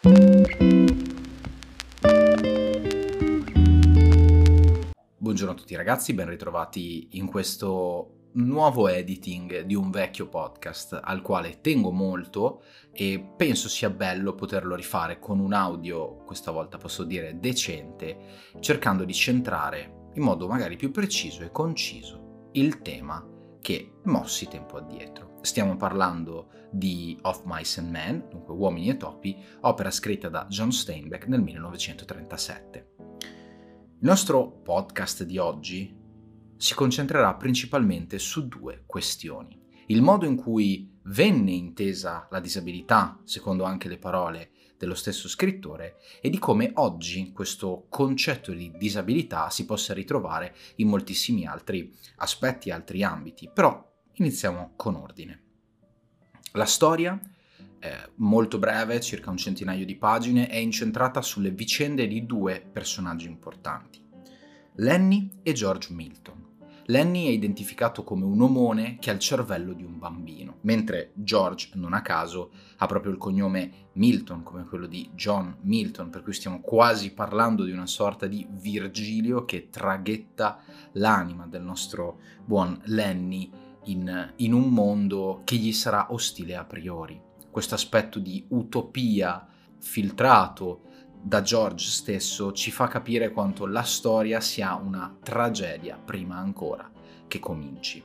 Buongiorno a tutti ragazzi, ben ritrovati in questo nuovo editing di un vecchio podcast al quale tengo molto e penso sia bello poterlo rifare con un audio, questa volta posso dire decente, cercando di centrare in modo magari più preciso e conciso il tema che mossi tempo addietro. Stiamo parlando di Of Mice and Men, dunque Uomini e Topi, opera scritta da John Steinbeck nel 1937. Il nostro podcast di oggi si concentrerà principalmente su due questioni. Il modo in cui venne intesa la disabilità, secondo anche le parole dello stesso scrittore, e di come oggi questo concetto di disabilità si possa ritrovare in moltissimi altri aspetti e altri ambiti. Però iniziamo con ordine. La storia, molto breve, circa un centinaio di pagine, è incentrata sulle vicende di due personaggi importanti, Lenny e George Milton. Lenny è identificato come un omone che ha il cervello di un bambino, mentre George, non a caso, ha proprio il cognome Milton, come quello di John Milton, per cui stiamo quasi parlando di una sorta di Virgilio che traghetta l'anima del nostro buon Lenny in un mondo che gli sarà ostile a priori. Questo aspetto di utopia filtrato da George stesso ci fa capire quanto la storia sia una tragedia prima ancora che cominci.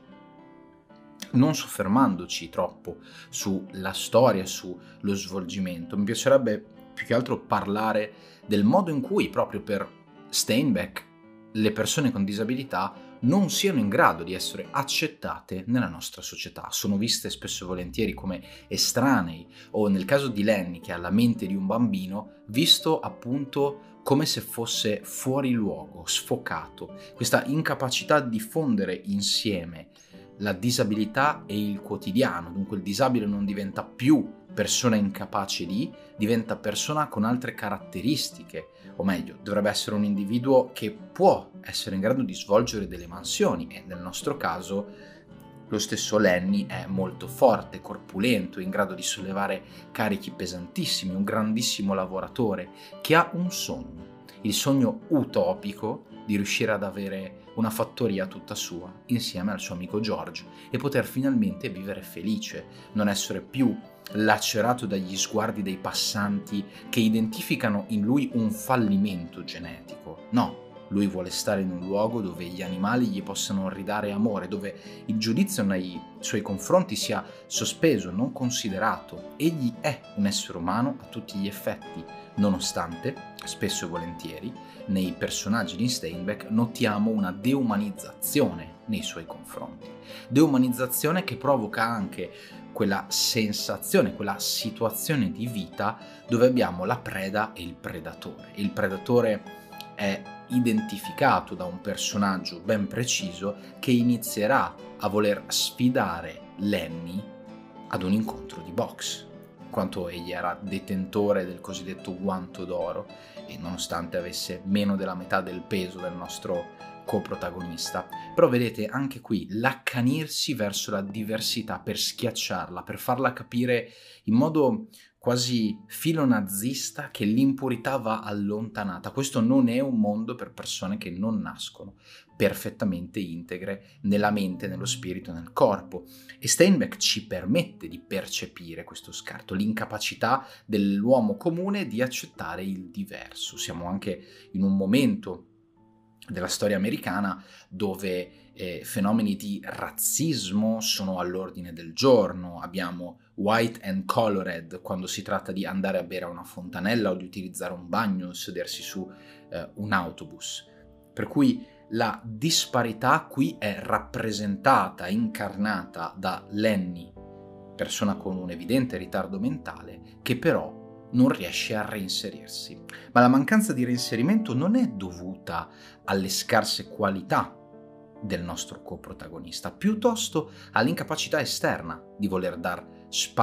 Non soffermandoci troppo sulla storia, sullo svolgimento, mi piacerebbe più che altro parlare del modo in cui proprio per Steinbeck le persone con disabilità non siano in grado di essere accettate nella nostra società. Sono viste spesso e volentieri come estranei, o nel caso di Lenny, che ha la mente di un bambino, visto appunto come se fosse fuori luogo, sfocato. Questa incapacità di fondere insieme la disabilità e il quotidiano, dunque il disabile non diventa più persona incapace di, diventa persona con altre caratteristiche, o meglio, dovrebbe essere un individuo che può essere in grado di svolgere delle mansioni, e nel nostro caso lo stesso Lenny è molto forte, corpulento, in grado di sollevare carichi pesantissimi, un grandissimo lavoratore che ha un sogno, il sogno utopico di riuscire ad avere una fattoria tutta sua insieme al suo amico George e poter finalmente vivere felice, non essere più lacerato dagli sguardi dei passanti che identificano in lui un fallimento genetico. No, lui vuole stare in un luogo dove gli animali gli possano ridare amore, dove il giudizio nei suoi confronti sia sospeso, non considerato. Egli è un essere umano a tutti gli effetti, nonostante, spesso e volentieri, nei personaggi di Steinbeck notiamo una deumanizzazione nei suoi confronti. Deumanizzazione che provoca anche quella sensazione, quella situazione di vita dove abbiamo la preda e il predatore. Il predatore è identificato da un personaggio ben preciso che inizierà a voler sfidare Lenny ad un incontro di box, quanto egli era detentore del cosiddetto guanto d'oro e nonostante avesse meno della metà del peso del nostro coprotagonista. Però vedete anche qui l'accanirsi verso la diversità per schiacciarla, per farla capire in modo quasi filonazista che l'impurità va allontanata. Questo non è un mondo per persone che non nascono perfettamente integre nella mente, nello spirito, nel corpo. E Steinbeck ci permette di percepire questo scarto, l'incapacità dell'uomo comune di accettare il diverso. Siamo anche in un momento della storia americana dove fenomeni di razzismo sono all'ordine del giorno. Abbiamo white and colored quando si tratta di andare a bere a una fontanella o di utilizzare un bagno o sedersi su un autobus. Per cui la disparità qui è rappresentata, incarnata da Lenny, persona con un evidente ritardo mentale, che però non riesce a reinserirsi. Ma la mancanza di reinserimento non è dovuta alle scarse qualità del nostro coprotagonista, piuttosto all'incapacità esterna di voler dar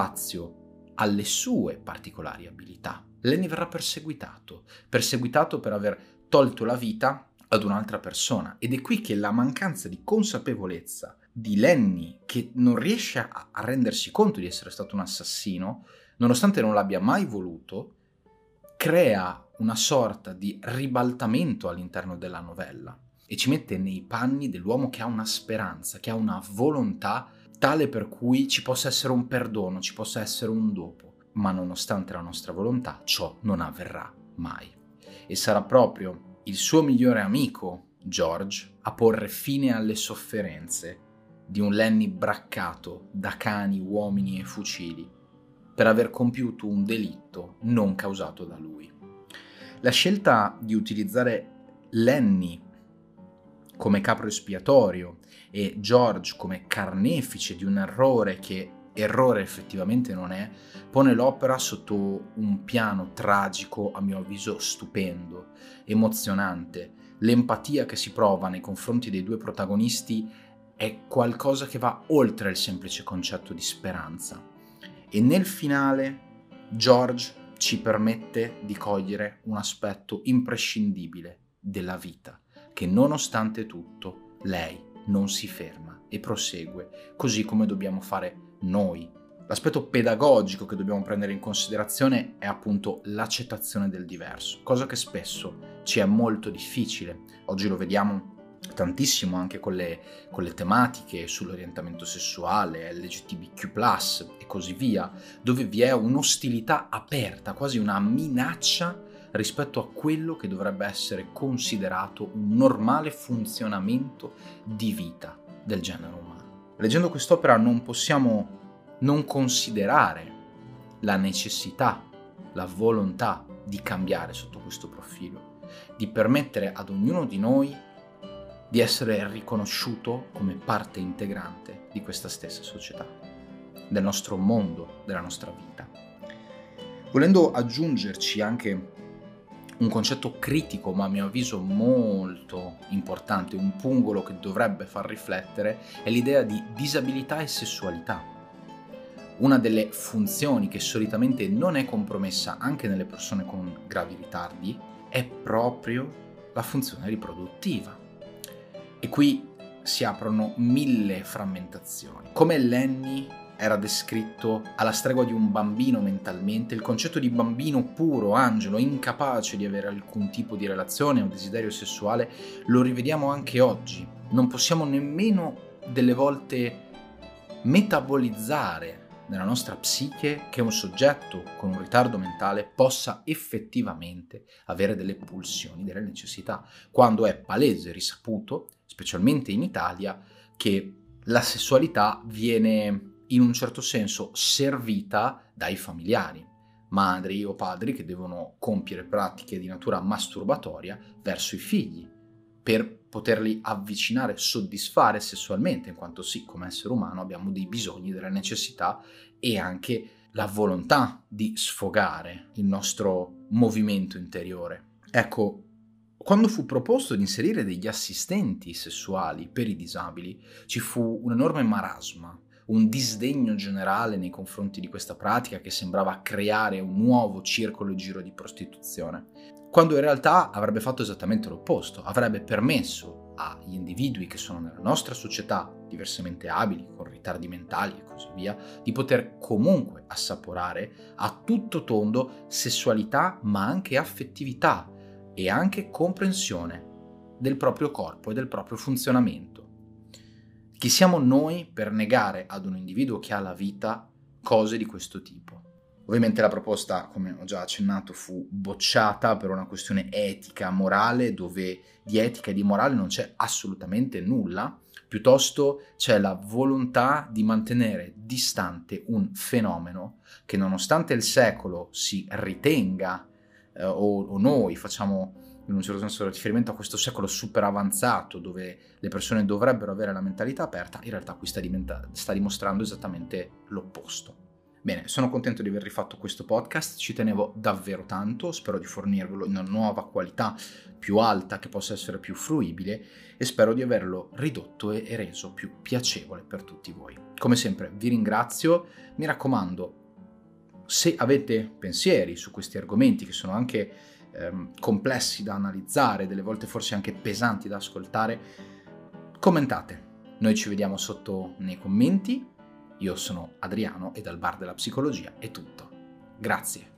spazio alle sue particolari abilità. Lenny verrà perseguitato per aver tolto la vita ad un'altra persona, ed è qui che la mancanza di consapevolezza di Lenny, che non riesce a rendersi conto di essere stato un assassino, nonostante non l'abbia mai voluto, crea una sorta di ribaltamento all'interno della novella e ci mette nei panni dell'uomo che ha una speranza, che ha una volontà tale per cui ci possa essere un perdono, ci possa essere un dopo, ma nonostante la nostra volontà ciò non avverrà mai. E sarà proprio il suo migliore amico, George, a porre fine alle sofferenze di un Lenny braccato da cani, uomini e fucili per aver compiuto un delitto non causato da lui. La scelta di utilizzare Lenny come capro espiatorio e George come carnefice di un errore che errore effettivamente non è, pone l'opera sotto un piano tragico, a mio avviso stupendo, emozionante. L'empatia che si prova nei confronti dei due protagonisti è qualcosa che va oltre il semplice concetto di speranza. E nel finale George ci permette di cogliere un aspetto imprescindibile della vita, che nonostante tutto lei non si ferma e prosegue, così come dobbiamo fare noi. L'aspetto pedagogico che dobbiamo prendere in considerazione è appunto l'accettazione del diverso, cosa che spesso ci è molto difficile. Oggi lo vediamo tantissimo anche con le tematiche sull'orientamento sessuale, LGBTQ+, e così via, dove vi è un'ostilità aperta, quasi una minaccia rispetto a quello che dovrebbe essere considerato un normale funzionamento di vita del genere umano. Leggendo quest'opera non possiamo non considerare la necessità, la volontà di cambiare sotto questo profilo, di permettere ad ognuno di noi di essere riconosciuto come parte integrante di questa stessa società, del nostro mondo, della nostra vita. Volendo aggiungerci anche un concetto critico, ma a mio avviso molto importante, un pungolo che dovrebbe far riflettere, è l'idea di disabilità e sessualità. Una delle funzioni che solitamente non è compromessa anche nelle persone con gravi ritardi è proprio la funzione riproduttiva. E qui si aprono 1000 frammentazioni. Come Lenny era descritto alla stregua di un bambino mentalmente, il concetto di bambino puro, angelo, incapace di avere alcun tipo di relazione o desiderio sessuale, lo rivediamo anche oggi. Non possiamo nemmeno delle volte metabolizzare nella nostra psiche che un soggetto con un ritardo mentale possa effettivamente avere delle pulsioni, delle necessità, quando è palese, risaputo, specialmente in Italia, che la sessualità viene in un certo senso servita dai familiari, madri o padri che devono compiere pratiche di natura masturbatoria verso i figli, per poterli avvicinare, soddisfare sessualmente, in quanto sì, come essere umano abbiamo dei bisogni, delle necessità e anche la volontà di sfogare il nostro movimento interiore. Ecco, quando fu proposto di inserire degli assistenti sessuali per i disabili, ci fu un enorme marasma, un disdegno generale nei confronti di questa pratica che sembrava creare un nuovo circolo e giro di prostituzione, quando in realtà avrebbe fatto esattamente l'opposto, avrebbe permesso agli individui che sono nella nostra società, diversamente abili, con ritardi mentali e così via, di poter comunque assaporare a tutto tondo sessualità ma anche affettività e anche comprensione del proprio corpo e del proprio funzionamento. Chi siamo noi per negare ad un individuo che ha la vita cose di questo tipo? Ovviamente la proposta, come ho già accennato, fu bocciata per una questione etica, morale, dove di etica e di morale non c'è assolutamente nulla, piuttosto c'è la volontà di mantenere distante un fenomeno che, nonostante il secolo si ritenga, o noi facciamo in un certo senso riferimento a questo secolo super avanzato dove le persone dovrebbero avere la mentalità aperta, in realtà qui sta dimostrando esattamente l'opposto. Bene, sono contento di aver rifatto questo podcast, ci tenevo davvero tanto, spero di fornirvelo in una nuova qualità più alta che possa essere più fruibile e spero di averlo ridotto e reso più piacevole per tutti voi. Come sempre vi ringrazio, mi raccomando, se avete pensieri su questi argomenti che sono anche complessi da analizzare, delle volte forse anche pesanti da ascoltare, commentate. Noi ci vediamo sotto nei commenti. Io sono Adriano e dal Bar della Psicologia è tutto. Grazie.